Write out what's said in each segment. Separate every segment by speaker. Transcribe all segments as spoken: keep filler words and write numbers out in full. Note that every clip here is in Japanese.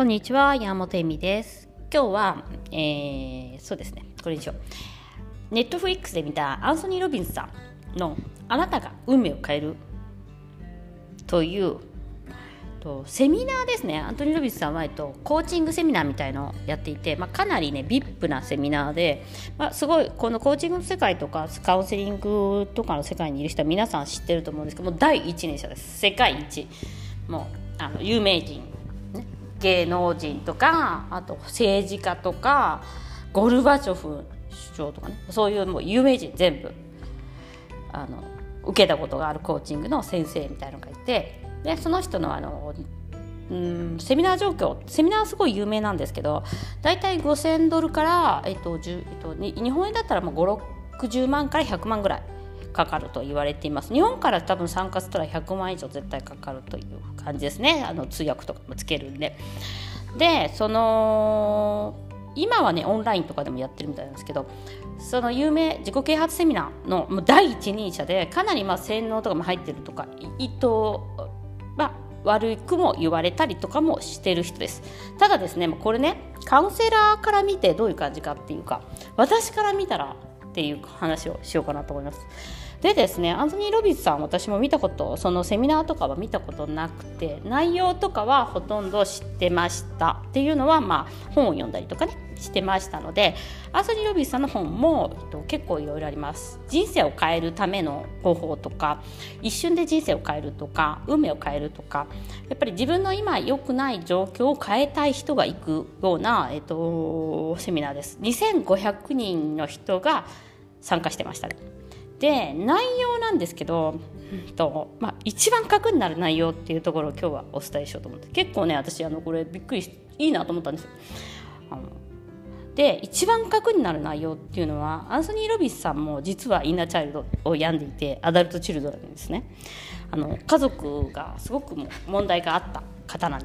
Speaker 1: こんにちは、山本恵美です。今日は、えー、そうですね、これにしよう。ネットフリックスで見たアンソニー・ロビンスさんのあなたが運命を変えるというとセミナーですね。アントニー・ロビンスさんは、えっと、コーチングセミナーみたいのをやっていて、まあ、かなりね ブイアイピー なセミナーで、まあ、すごいこのコーチングの世界とかカウンセリングとかの世界にいる人は皆さん知ってると思うんですけども、第一人者です。世界一もうあの有名人、ね、芸能人とか、あと政治家とかゴルバチョフ首相とかね、そういうもう有名人全部あの受けたことがあるコーチングの先生みたいなのがいて、でその人のあのうんセミナー状況、セミナーすごい有名なんですけど、だいたいごせんドルから、えっとじゅうえっと、日本円だったらもうごじゅう、ろくじゅうまんからひゃくまんぐらいかかると言われています。日本から多分参加したらひゃくまん以上絶対かかるという感じですね。あの通訳とかもつけるんで。でその今はねオンラインとかでもやってるみたいなんですけど、その有名自己啓発セミナーのもう第一人者で、かなりまあ洗脳とかも入ってるとか、意図まあ悪くも言われたりとかもしてる人です。ただですね、これねカウンセラーから見てどういう感じかっていうか、私から見たらっていう話をしようかなと思います。でですね、アンソニー・ロビンスさん、私も見たこと、そのセミナーとかは見たことなくて、内容とかはほとんど知ってましたっていうのは、まあ本を読んだりとかねしてましたので、アンソニー・ロビンスさんの本も、えっと、結構いろいろあります。人生を変えるための方法とか、一瞬で人生を変えるとか、運命を変えるとか、やっぱり自分の今良くない状況を変えたい人が行くような、えっと、セミナーです。にせんごひゃくにんの人が参加してましたね。で内容なんですけど、うんとまあ、一番核になる内容っていうところを今日はお伝えしようと思って、結構ね私あのこれびっくりしいいなと思ったんですよ。あので一番核になる内容っていうのは、アンソニー・ロビンスさんも実はインナーチャイルドを病んでいて、アダルトチルドなんですね。あの家族がすごくも問題があった方なんです。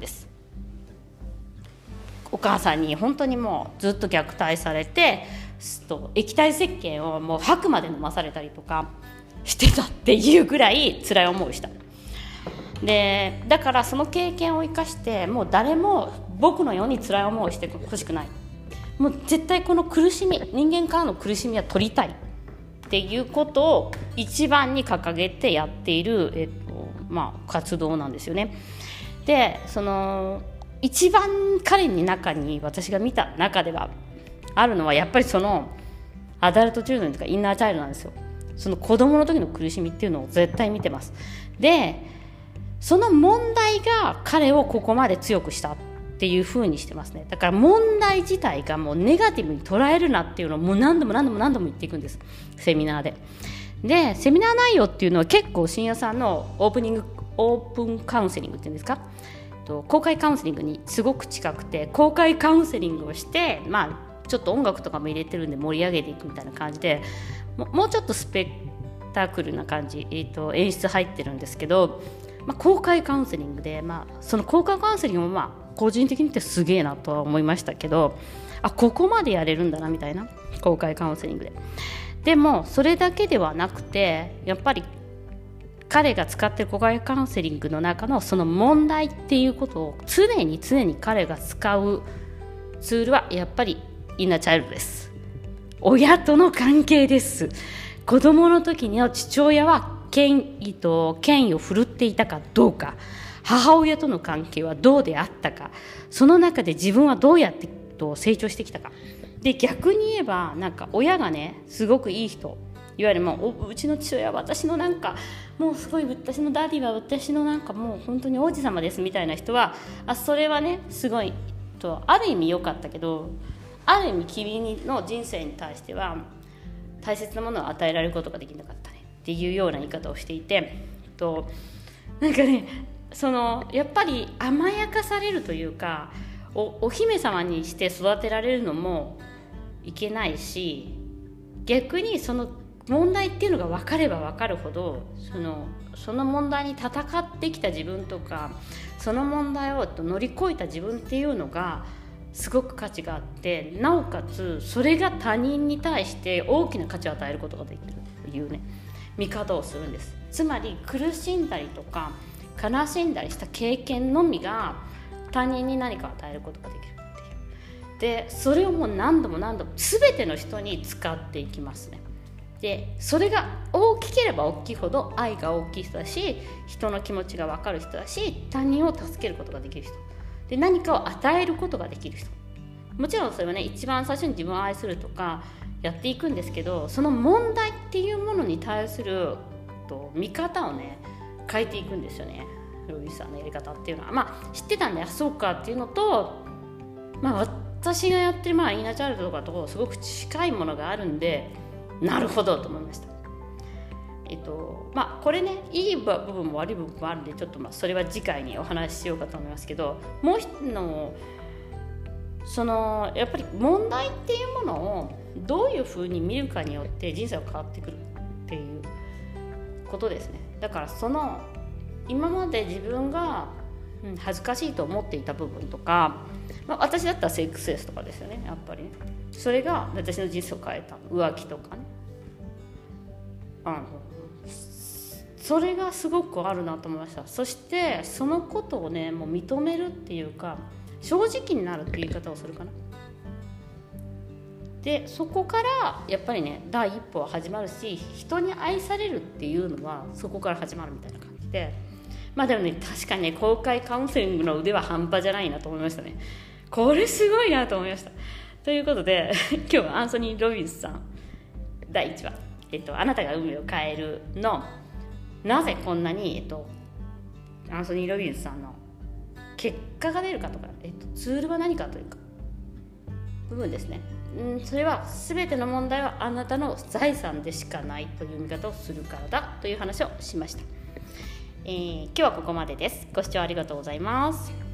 Speaker 1: お母さんに本当にもうずっと虐待されて、液体石鹸をもう吐くまで飲まされたりとかしてたっていうぐらい辛い思いをした。でだからその経験を生かして、もう誰も僕のように辛い思いをしてほしくない、もう絶対この苦しみ、人間からの苦しみは取りたいっていうことを一番に掲げてやっている、えっとまあ、活動なんですよね。でその一番彼の中に、私が見た中ではあるのは、やっぱりそのアダルトチルドとかインナーチャイルドなんですよ。その子供の時の苦しみっていうのを絶対見てます。でその問題が彼をここまで強くしたっていう風にしてますね。だから問題自体がもうネガティブに捉えるなっていうのをもう何度も何度も何度も言っていくんです、セミナーで。でセミナー内容っていうのは結構深夜さんのオープニングオープンカウンセリングっていうんですか、公開カウンセリングにすごく近くて、公開カウンセリングをして、まあちょっと音楽とかも入れてるんで盛り上げていくみたいな感じで、も, もうちょっとスペクタクルな感じ、えー、と演出入ってるんですけど、まあ、公開カウンセリングで、まあ、その公開カウンセリングもまあ個人的に言ってすげえなとは思いましたけど、あここまでやれるんだなみたいな、公開カウンセリングで。でもそれだけではなくて、やっぱり彼が使っている公開カウンセリングの中のその問題っていうことを常に常に彼が使うツールはやっぱりインナーチャイルドです。親との関係です。子供の時の父親は権威と権威を振るっていたかどうか、母親との関係はどうであったか、その中で自分はどうやって成長してきたか。で逆に言えば、なんか親がねすごくいい人、いわゆるもううちの父親は私のなんかもうすごい、私のダディは私のなんかもう本当に王子様ですみたいな人は、あそれはねすごいとある意味良かったけど、ある意味君の人生に対しては大切なものを与えられることができなかったねっていうような言い方をしていて、となんかね、そのやっぱり甘やかされるというか、 お, お姫様にして育てられるのもいけないし、逆にその問題っていうのが分かれば分かるほど、そのその問題に戦ってきた自分とか、その問題を乗り越えた自分っていうのがすごく価値があって、なおかつそれが他人に対して大きな価値を与えることができるというね見方をするんです。つまり苦しんだりとか悲しんだりした経験のみが他人に何かを与えることができるっていう。でそれをもう何度も何度も全ての人に使っていきますね。でそれが大きければ大きいほど愛が大きい人だし、人の気持ちが分かる人だし、他人を助けることができる人で、何かを与えることができる人。もちろんそれはね、一番最初に自分を愛するとかやっていくんですけど、その問題っていうものに対すると見方をね変えていくんですよね、ロイさんのやり方っていうのは。まあ知ってたんだよ、そうかっていうのと、まあ私がやってるまあイーナチャイルドとかとすごく近いものがあるんで、なるほどと思いました。えっとまあこれね、いい部分も悪い部分もあるんで、ちょっとまあそれは次回にお話ししようかと思いますけど、もう一つのそのやっぱり問題っていうものをどういうふうに見るかによって人生は変わってくるっていうことですね。だからその今まで自分が恥ずかしいと思っていた部分とか、まあ、私だったらセックスレスとかですよね、やっぱりね。それが私の人生を変えた。浮気とかね、あのそれがすごくあるなと思いました。そしてそのことをねもう認めるっていうか、正直になるっていう言い方をするかな。でそこからやっぱりね第一歩は始まるし、人に愛されるっていうのはそこから始まるみたいな感じで、まあでもね確かにね公開カウンセリングの腕は半端じゃないなと思いましたね。これすごいなと思いました。ということで今日はアンソニー・ロビンスさんだいいちわ、えっと、あなたが運命を変えるのなぜこんなに、えっと、アンソニー・ロビンスさんの結果が出るかとか、えっと、ツールは何かというか部分ですね。うん、それは全ての問題はあなたの財産でしかないという見方をするからだという話をしました。えー、今日はここまでです。ご視聴ありがとうございます。